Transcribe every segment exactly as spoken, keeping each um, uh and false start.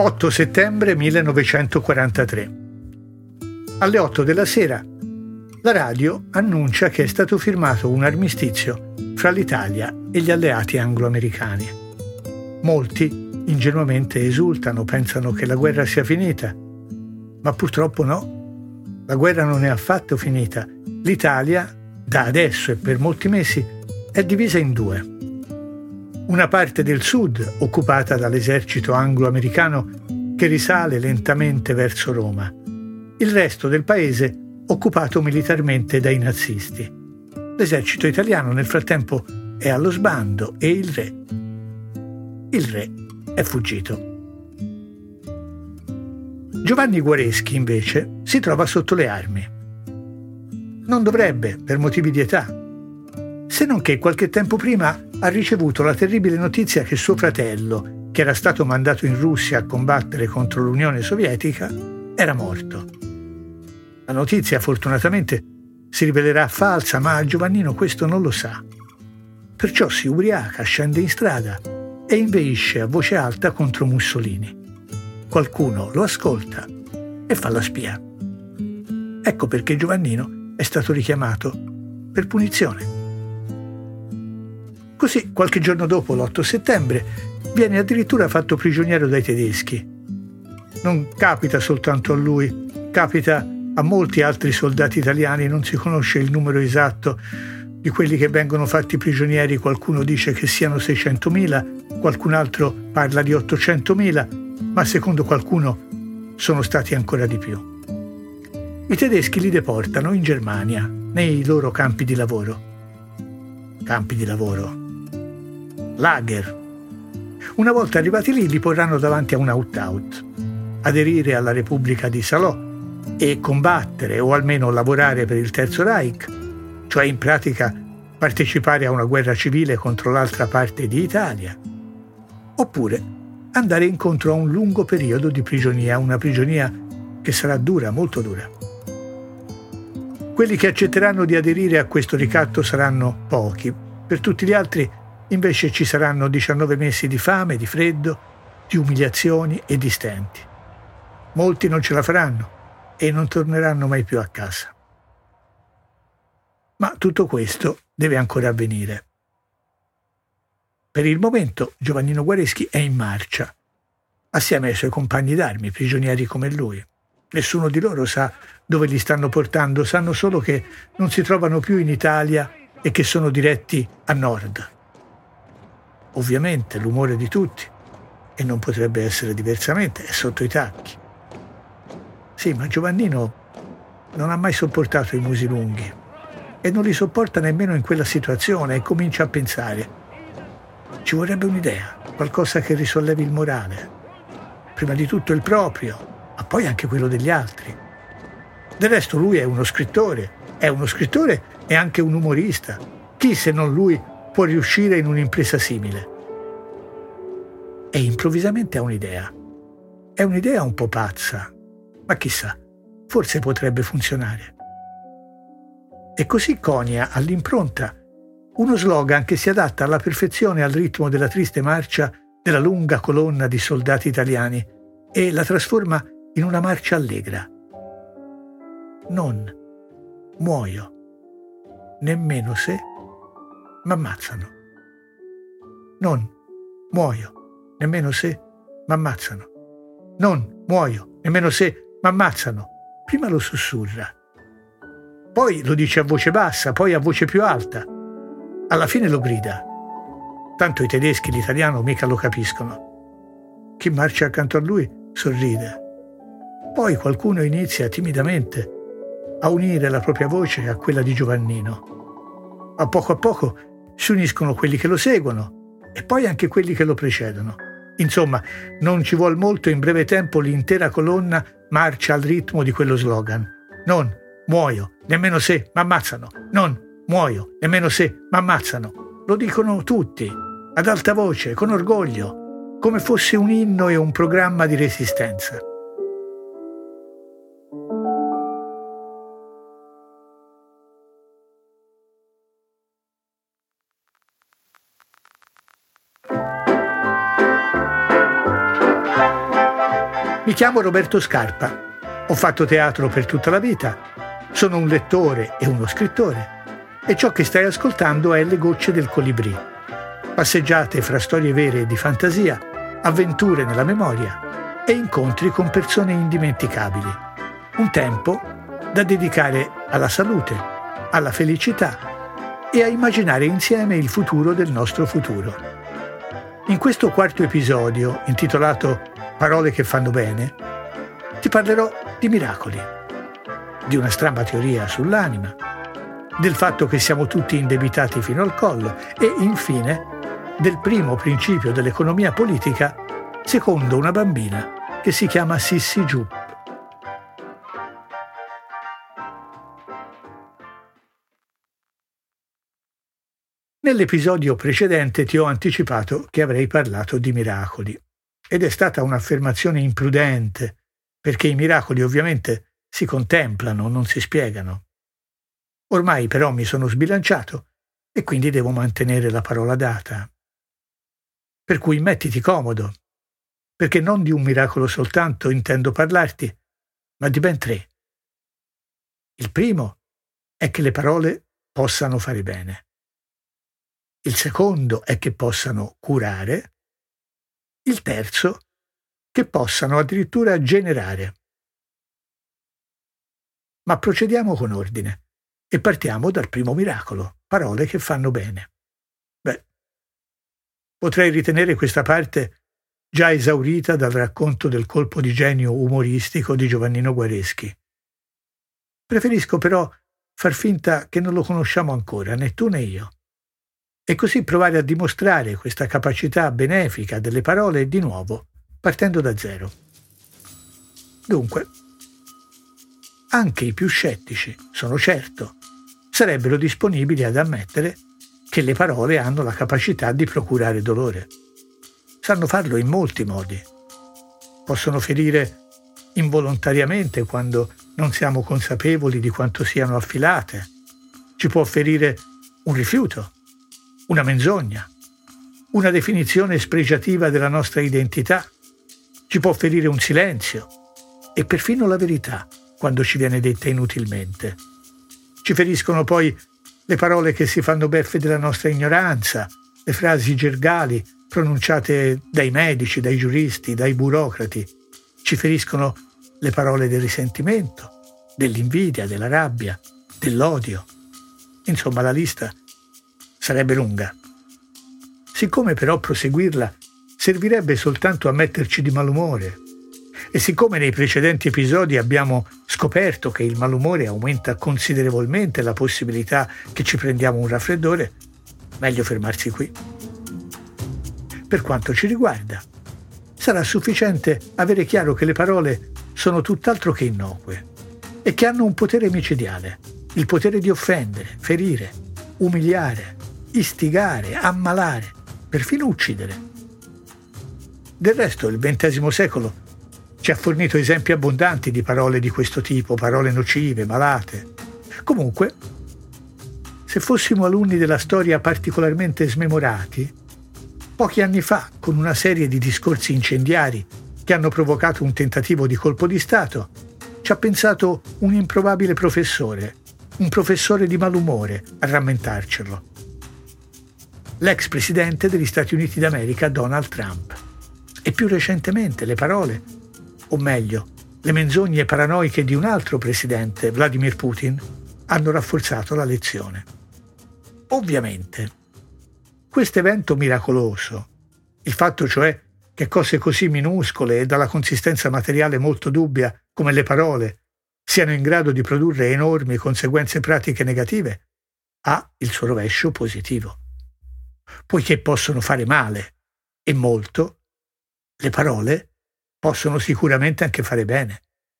otto settembre millenovecentoquarantatré. Alle otto della sera la radio annuncia che è stato firmato un armistizio fra l'Italia e gli alleati anglo-americani. Molti ingenuamente esultano, pensano che la guerra sia finita, ma purtroppo no. La guerra non è affatto finita. L'Italia, da adesso e per molti mesi, è divisa in due. Una parte del sud occupata dall'esercito anglo-americano che risale lentamente verso Roma. Il resto del paese occupato militarmente dai nazisti. L'esercito italiano nel frattempo è allo sbando e il re. Il re è fuggito. Giovanni Guareschi, invece, si trova sotto le armi. Non dovrebbe, per motivi di età, se non che qualche tempo prima ha ricevuto la terribile notizia che suo fratello, che era stato mandato in Russia a combattere contro l'Unione Sovietica, era morto. La notizia, fortunatamente, si rivelerà falsa, ma Giovannino questo non lo sa. Perciò si ubriaca, scende in strada e inveisce a voce alta contro Mussolini. Qualcuno lo ascolta e fa la spia. Ecco perché Giovannino è stato richiamato per punizione. Così, qualche giorno dopo, l'otto settembre, viene addirittura fatto prigioniero dai tedeschi. Non capita soltanto a lui, capita a molti altri soldati italiani, non si conosce il numero esatto di quelli che vengono fatti prigionieri. Qualcuno dice che siano seicentomila, qualcun altro parla di ottocentomila, ma secondo qualcuno sono stati ancora di più. I tedeschi li deportano in Germania, nei loro campi di lavoro. Campi di lavoro. Lager. Una volta arrivati lì li porranno davanti a un out-out. Aderire alla Repubblica di Salò e combattere o almeno lavorare per il Terzo Reich, cioè in pratica partecipare a una guerra civile contro l'altra parte di Italia, oppure andare incontro a un lungo periodo di prigionia, una prigionia che sarà dura, molto dura. Quelli che accetteranno di aderire a questo ricatto saranno pochi, per tutti gli altri invece ci saranno diciannove mesi di fame, di freddo, di umiliazioni e di stenti. Molti non ce la faranno e non torneranno mai più a casa. Ma tutto questo deve ancora avvenire. Per il momento Giovannino Guareschi è in marcia, assieme ai suoi compagni d'armi, prigionieri come lui. Nessuno di loro sa dove li stanno portando, sanno solo che non si trovano più in Italia e che sono diretti a nord. Ovviamente l'umore di tutti, e non potrebbe essere diversamente, è sotto i tacchi. Sì, ma Giovannino non ha mai sopportato i musi lunghi e non li sopporta nemmeno in quella situazione e comincia a pensare. Ci vorrebbe un'idea, qualcosa che risollevi il morale. Prima di tutto il proprio, ma poi anche quello degli altri. Del resto lui è uno scrittore, è uno scrittore e anche un umorista. Chi se non lui può riuscire in un'impresa simile? E improvvisamente ha un'idea. È un'idea un po' pazza, ma chissà, forse potrebbe funzionare. E così conia all'impronta uno slogan che si adatta alla perfezione al ritmo della triste marcia della lunga colonna di soldati italiani e la trasforma in una marcia allegra. Non muoio, nemmeno se m'ammazzano. Non muoio, nemmeno se m'ammazzano. Non muoio, nemmeno se m'ammazzano. Prima lo sussurra, poi lo dice a voce bassa, poi a voce più alta. Alla fine lo grida. Tanto i tedeschi l'italiano mica lo capiscono. Chi marcia accanto a lui sorride. Poi qualcuno inizia timidamente a unire la propria voce a quella di Giovannino. A poco a poco si uniscono quelli che lo seguono e poi anche quelli che lo precedono. Insomma, non ci vuol molto, in breve tempo l'intera colonna marcia al ritmo di quello slogan. Non muoio, nemmeno se m'ammazzano. Non muoio, nemmeno se m'ammazzano. Lo dicono tutti, ad alta voce, con orgoglio, come fosse un inno e un programma di resistenza. Mi chiamo Roberto Scarpa, ho fatto teatro per tutta la vita, sono un lettore e uno scrittore e ciò che stai ascoltando è Le gocce del colibrì. Passeggiate fra storie vere e di fantasia, avventure nella memoria e incontri con persone indimenticabili. Un tempo da dedicare alla salute, alla felicità e a immaginare insieme il futuro del nostro futuro. In questo quarto episodio, intitolato Parole che fanno bene, ti parlerò di miracoli, di una stramba teoria sull'anima, del fatto che siamo tutti indebitati fino al collo e, infine, del primo principio dell'economia politica secondo una bambina che si chiama Sissi Jupp. Nell'episodio precedente ti ho anticipato che avrei parlato di miracoli. Ed è stata un'affermazione imprudente, perché i miracoli ovviamente si contemplano, non si spiegano. Ormai però mi sono sbilanciato e quindi devo mantenere la parola data. Per cui mettiti comodo, perché non di un miracolo soltanto intendo parlarti, ma di ben tre. Il primo è che le parole possano fare bene. Il secondo è che possano curare. Il terzo, che possano addirittura generare. Ma procediamo con ordine e partiamo dal primo miracolo, parole che fanno bene. Beh, potrei ritenere questa parte già esaurita dal racconto del colpo di genio umoristico di Giovannino Guareschi. Preferisco però far finta che non lo conosciamo ancora, né tu né io. E così provare a dimostrare questa capacità benefica delle parole di nuovo, partendo da zero. Dunque, anche i più scettici, sono certo, sarebbero disponibili ad ammettere che le parole hanno la capacità di procurare dolore. Sanno farlo in molti modi. Possono ferire involontariamente quando non siamo consapevoli di quanto siano affilate. Ci può ferire un rifiuto, una menzogna, una definizione spregiativa della nostra identità. Ci può ferire un silenzio e perfino la verità quando ci viene detta inutilmente. Ci feriscono poi le parole che si fanno beffe della nostra ignoranza, le frasi gergali pronunciate dai medici, dai giuristi, dai burocrati. Ci feriscono le parole del risentimento, dell'invidia, della rabbia, dell'odio. Insomma, la lista sarebbe lunga. Siccome però proseguirla servirebbe soltanto a metterci di malumore, e siccome nei precedenti episodi abbiamo scoperto che il malumore aumenta considerevolmente la possibilità che ci prendiamo un raffreddore, meglio fermarsi qui. Per quanto ci riguarda, sarà sufficiente avere chiaro che le parole sono tutt'altro che innocue e che hanno un potere micidiale, il potere di offendere, ferire, umiliare, istigare, ammalare, perfino uccidere. Del resto il ventesimo secolo ci ha fornito esempi abbondanti di parole di questo tipo, parole nocive, malate. Comunque, se fossimo alunni della storia particolarmente smemorati, pochi anni fa, con una serie di discorsi incendiari che hanno provocato un tentativo di colpo di Stato, ci ha pensato un improbabile professore, un professore di malumore, a rammentarcelo. L'ex presidente degli Stati Uniti d'America Donald Trump. E più recentemente le parole, o meglio, le menzogne paranoiche di un altro presidente, Vladimir Putin, hanno rafforzato la lezione. Ovviamente, questo evento miracoloso, il fatto cioè che cose così minuscole e dalla consistenza materiale molto dubbia come le parole siano in grado di produrre enormi conseguenze pratiche negative, ha il suo rovescio positivo. Poiché possono fare male, e molto, le parole possono sicuramente anche fare bene.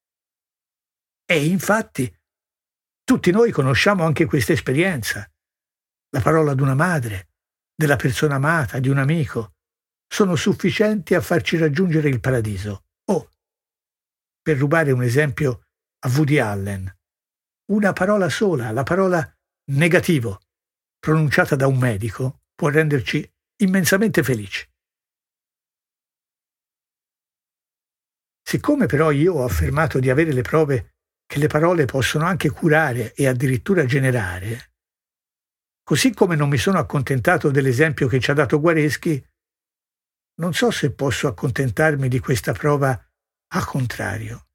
E infatti, tutti noi conosciamo anche questa esperienza. La parola di una madre, della persona amata, di un amico, sono sufficienti a farci raggiungere il paradiso. O, per rubare un esempio a Woody Allen, una parola sola, la parola negativo, pronunciata da un medico, può renderci immensamente felici. Siccome però io ho affermato di avere le prove che le parole possono anche curare e addirittura generare, così come non mi sono accontentato dell'esempio che ci ha dato Guareschi, non so se posso accontentarmi di questa prova al contrario.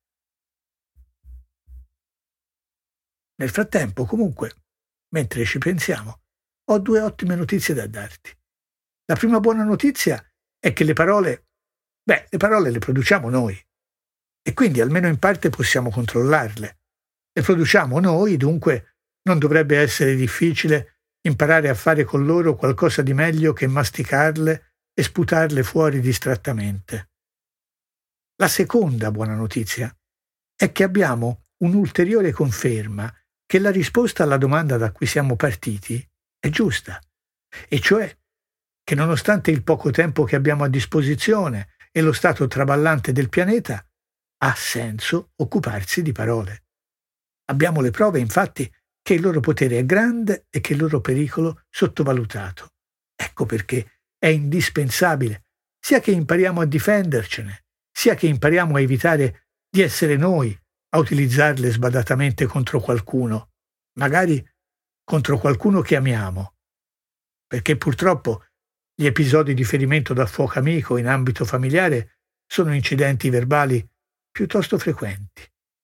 Nel frattempo, comunque, mentre ci pensiamo, ho due ottime notizie da darti. La prima buona notizia è che le parole, beh, le parole le produciamo noi e quindi almeno in parte possiamo controllarle. Le produciamo noi, dunque non dovrebbe essere difficile imparare a fare con loro qualcosa di meglio che masticarle e sputarle fuori distrattamente. La seconda buona notizia è che abbiamo un'ulteriore conferma che la risposta alla domanda da cui siamo partiti è giusta, e cioè che nonostante il poco tempo che abbiamo a disposizione e lo stato traballante del pianeta, ha senso occuparsi di parole. Abbiamo le prove, infatti, che il loro potere è grande e che il loro pericolo sottovalutato. Ecco perché è indispensabile sia che impariamo a difendercene, sia che impariamo a evitare di essere noi a utilizzarle sbadatamente contro qualcuno, magari contro qualcuno che amiamo, perché purtroppo gli episodi di ferimento da fuoco amico in ambito familiare sono incidenti verbali piuttosto frequenti.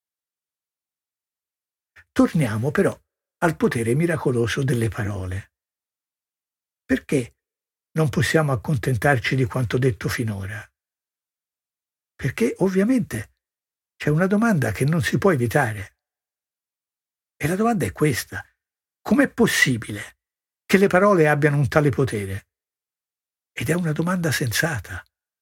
Torniamo però al potere miracoloso delle parole. Perché non possiamo accontentarci di quanto detto finora? Perché ovviamente c'è una domanda che non si può evitare. E la domanda è questa: com'è possibile che le parole abbiano un tale potere? Ed è una domanda sensata.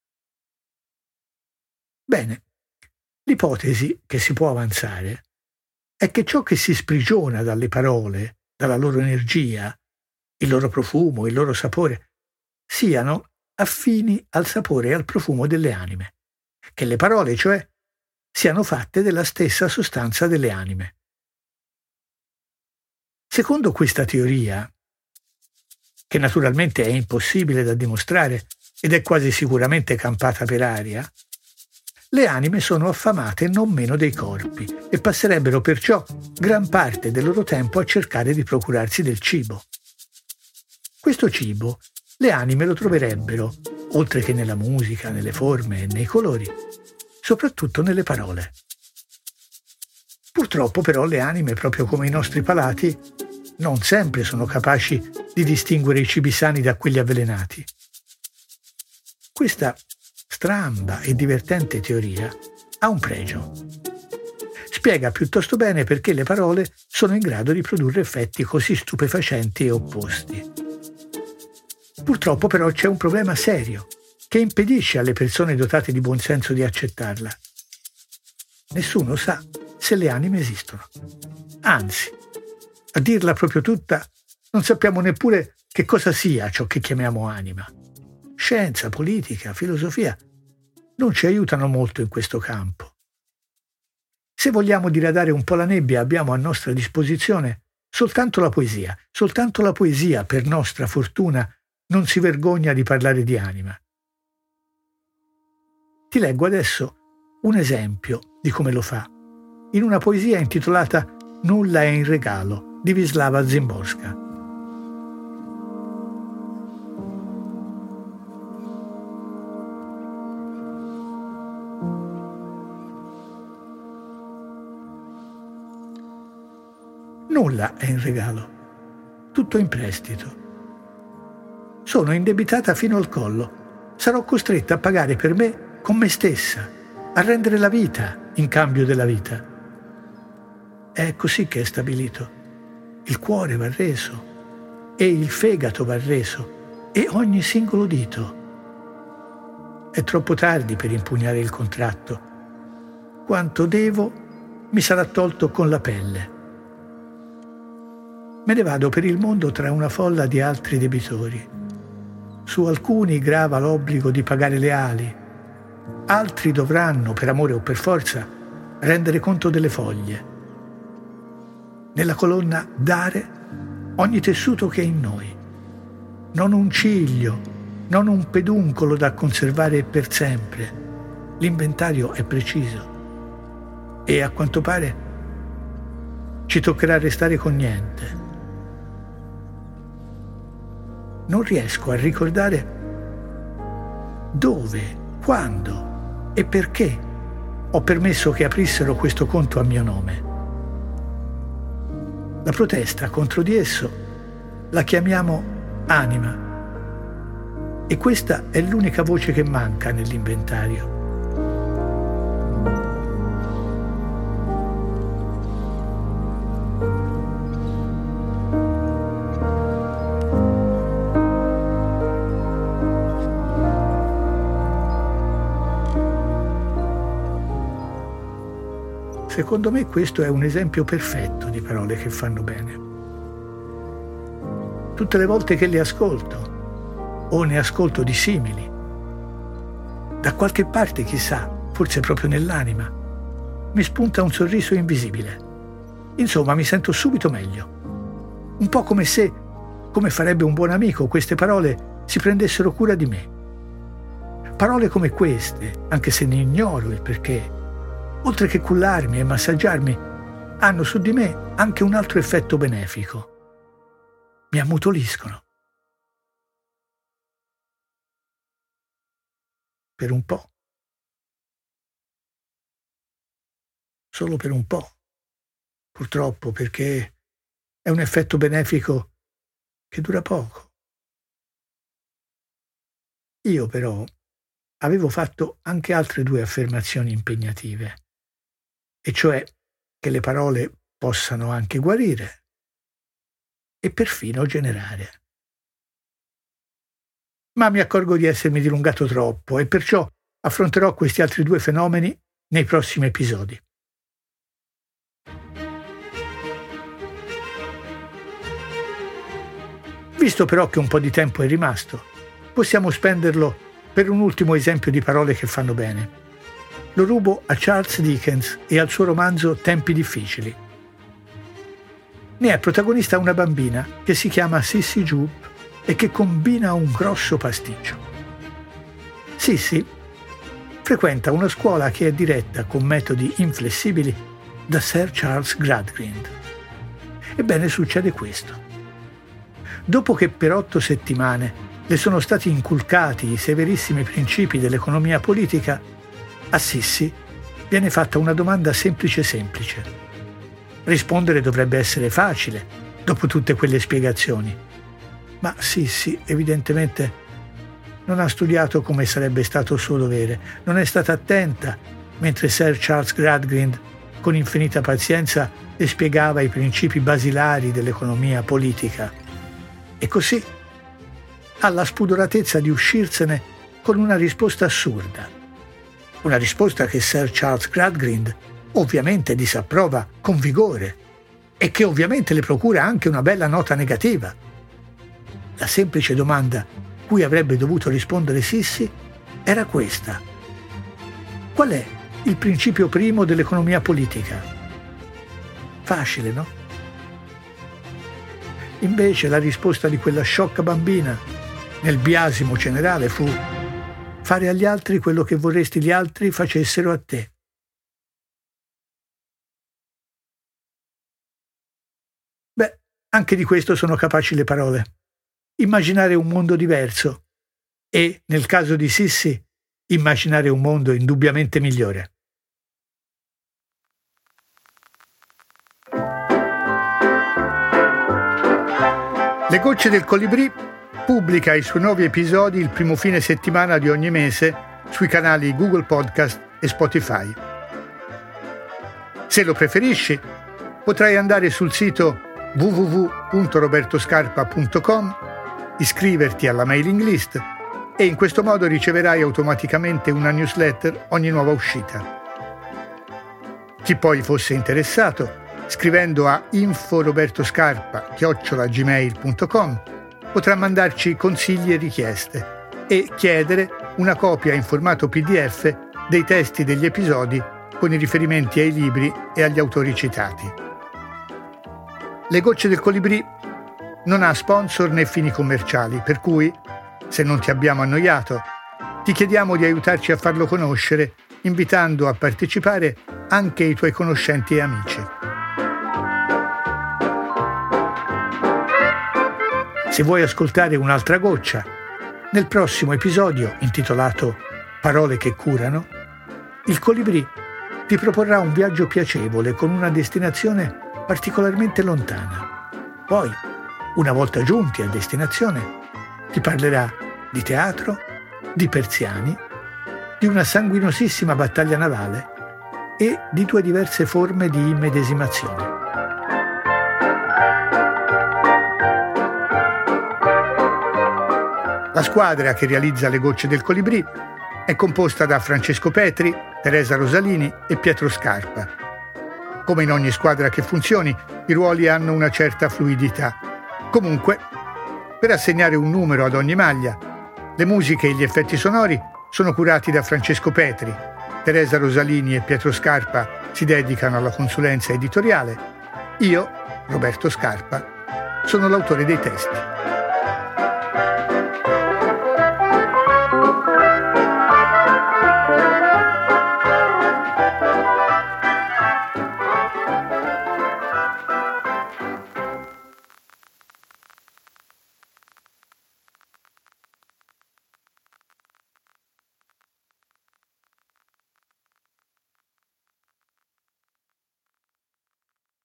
Bene, l'ipotesi che si può avanzare è che ciò che si sprigiona dalle parole, dalla loro energia, il loro profumo, il loro sapore, siano affini al sapore e al profumo delle anime, che le parole, cioè, siano fatte della stessa sostanza delle anime. Secondo questa teoria, che naturalmente è impossibile da dimostrare ed è quasi sicuramente campata per aria, le anime sono affamate non meno dei corpi e passerebbero perciò gran parte del loro tempo a cercare di procurarsi del cibo. Questo cibo le anime lo troverebbero, oltre che nella musica, nelle forme e nei colori, soprattutto nelle parole. Purtroppo però le anime, proprio come i nostri palati, non sempre sono capaci di distinguere i cibi sani da quelli avvelenati. Questa stramba e divertente teoria ha un pregio. Spiega piuttosto bene perché le parole sono in grado di produrre effetti così stupefacenti e opposti. Purtroppo però c'è un problema serio che impedisce alle persone dotate di buon senso di accettarla. Nessuno sa se le anime esistono. Anzi, a dirla proprio tutta, non sappiamo neppure che cosa sia ciò che chiamiamo anima. Scienza, politica, filosofia non ci aiutano molto in questo campo. Se vogliamo diradare un po' la nebbia, abbiamo a nostra disposizione soltanto la poesia. Soltanto la poesia, per nostra fortuna, non si vergogna di parlare di anima. Ti leggo adesso un esempio di come lo fa, in una poesia intitolata Nulla è in regalo, di Wisława Szymborska. Nulla è in regalo, tutto in prestito. Sono indebitata fino al collo, sarò costretta a pagare per me con me stessa, a rendere la vita in cambio della vita. È così che è stabilito. Il cuore va reso, e il fegato va reso, e ogni singolo dito. È troppo tardi per impugnare il contratto. Quanto devo mi sarà tolto con la pelle. Me ne vado per il mondo tra una folla di altri debitori. Su alcuni grava l'obbligo di pagare le ali, altri dovranno, per amore o per forza, rendere conto delle foglie. Nella colonna dare ogni tessuto che è in noi, non un ciglio, non un peduncolo da conservare per sempre, l'inventario è preciso e a quanto pare ci toccherà restare con niente. Non riesco a ricordare dove, quando e perché ho permesso che aprissero questo conto a mio nome. La protesta contro di esso la chiamiamo anima e questa è l'unica voce che manca nell'inventario. Secondo me questo è un esempio perfetto di parole che fanno bene. Tutte le volte che le ascolto, o ne ascolto di simili, da qualche parte, chissà, forse proprio nell'anima, mi spunta un sorriso invisibile. Insomma, mi sento subito meglio. Un po' come se, come farebbe un buon amico, queste parole si prendessero cura di me. Parole come queste, anche se ne ignoro il perché, oltre che cullarmi e massaggiarmi, hanno su di me anche un altro effetto benefico. Mi ammutoliscono. Per un po'. Solo per un po'. Purtroppo, perché è un effetto benefico che dura poco. Io però avevo fatto anche altre due affermazioni impegnative, e cioè che le parole possano anche guarire e perfino generare. Ma mi accorgo di essermi dilungato troppo e perciò affronterò questi altri due fenomeni nei prossimi episodi. Visto però che un po' di tempo è rimasto, possiamo spenderlo per un ultimo esempio di parole che fanno bene. Lo rubo a Charles Dickens e al suo romanzo Tempi difficili. Ne è protagonista una bambina che si chiama Sissy Jupe e che combina un grosso pasticcio. Sissy frequenta una scuola che è diretta con metodi inflessibili da Sir Charles Gradgrind. Ebbene, succede questo. Dopo che per otto settimane le sono stati inculcati i severissimi principi dell'economia politica, a Sissy viene fatta una domanda semplice semplice. Rispondere dovrebbe essere facile, dopo tutte quelle spiegazioni. Ma Sissy evidentemente non ha studiato come sarebbe stato suo dovere, non è stata attenta, mentre Sir Charles Gradgrind, con infinita pazienza, le spiegava i principi basilari dell'economia politica. E così ha la spudoratezza di uscirsene con una risposta assurda. Una risposta che Sir Charles Gradgrind ovviamente disapprova con vigore e che ovviamente le procura anche una bella nota negativa. La semplice domanda cui avrebbe dovuto rispondere Sissy era questa: qual è il principio primo dell'economia politica? Facile, no? Invece la risposta di quella sciocca bambina, nel biasimo generale, fu: fare agli altri quello che vorresti gli altri facessero a te. Beh, anche di questo sono capaci le parole. Immaginare un mondo diverso e, nel caso di Sissy, immaginare un mondo indubbiamente migliore. Le Gocce del Colibrì pubblica i suoi nuovi episodi il primo fine settimana di ogni mese sui canali Google Podcast e Spotify. Se lo preferisci, potrai andare sul sito w w w punto roberto scarpa punto com, iscriverti alla mailing list e in questo modo riceverai automaticamente una newsletter ogni nuova uscita. Chi poi fosse interessato, scrivendo a info robertoscarpa chiocciola gmail punto com, potrà mandarci consigli e richieste e chiedere una copia in formato P D F dei testi degli episodi con i riferimenti ai libri e agli autori citati. Le Gocce del Colibrì non ha sponsor né fini commerciali, per cui, se non ti abbiamo annoiato, ti chiediamo di aiutarci a farlo conoscere invitando a partecipare anche i tuoi conoscenti e amici. Se vuoi ascoltare un'altra goccia, nel prossimo episodio, intitolato Parole che curano, il Colibrì ti proporrà un viaggio piacevole con una destinazione particolarmente lontana. Poi, una volta giunti a destinazione, ti parlerà di teatro, di persiani, di una sanguinosissima battaglia navale e di due diverse forme di immedesimazione. La squadra che realizza Le Gocce del Colibrì è composta da Francesco Petri, Teresa Rosalini e Pietro Scarpa. Come in ogni squadra che funzioni, i ruoli hanno una certa fluidità. Comunque, per assegnare un numero ad ogni maglia, le musiche e gli effetti sonori sono curati da Francesco Petri, Teresa Rosalini e Pietro Scarpa si dedicano alla consulenza editoriale, io, Roberto Scarpa, sono l'autore dei testi.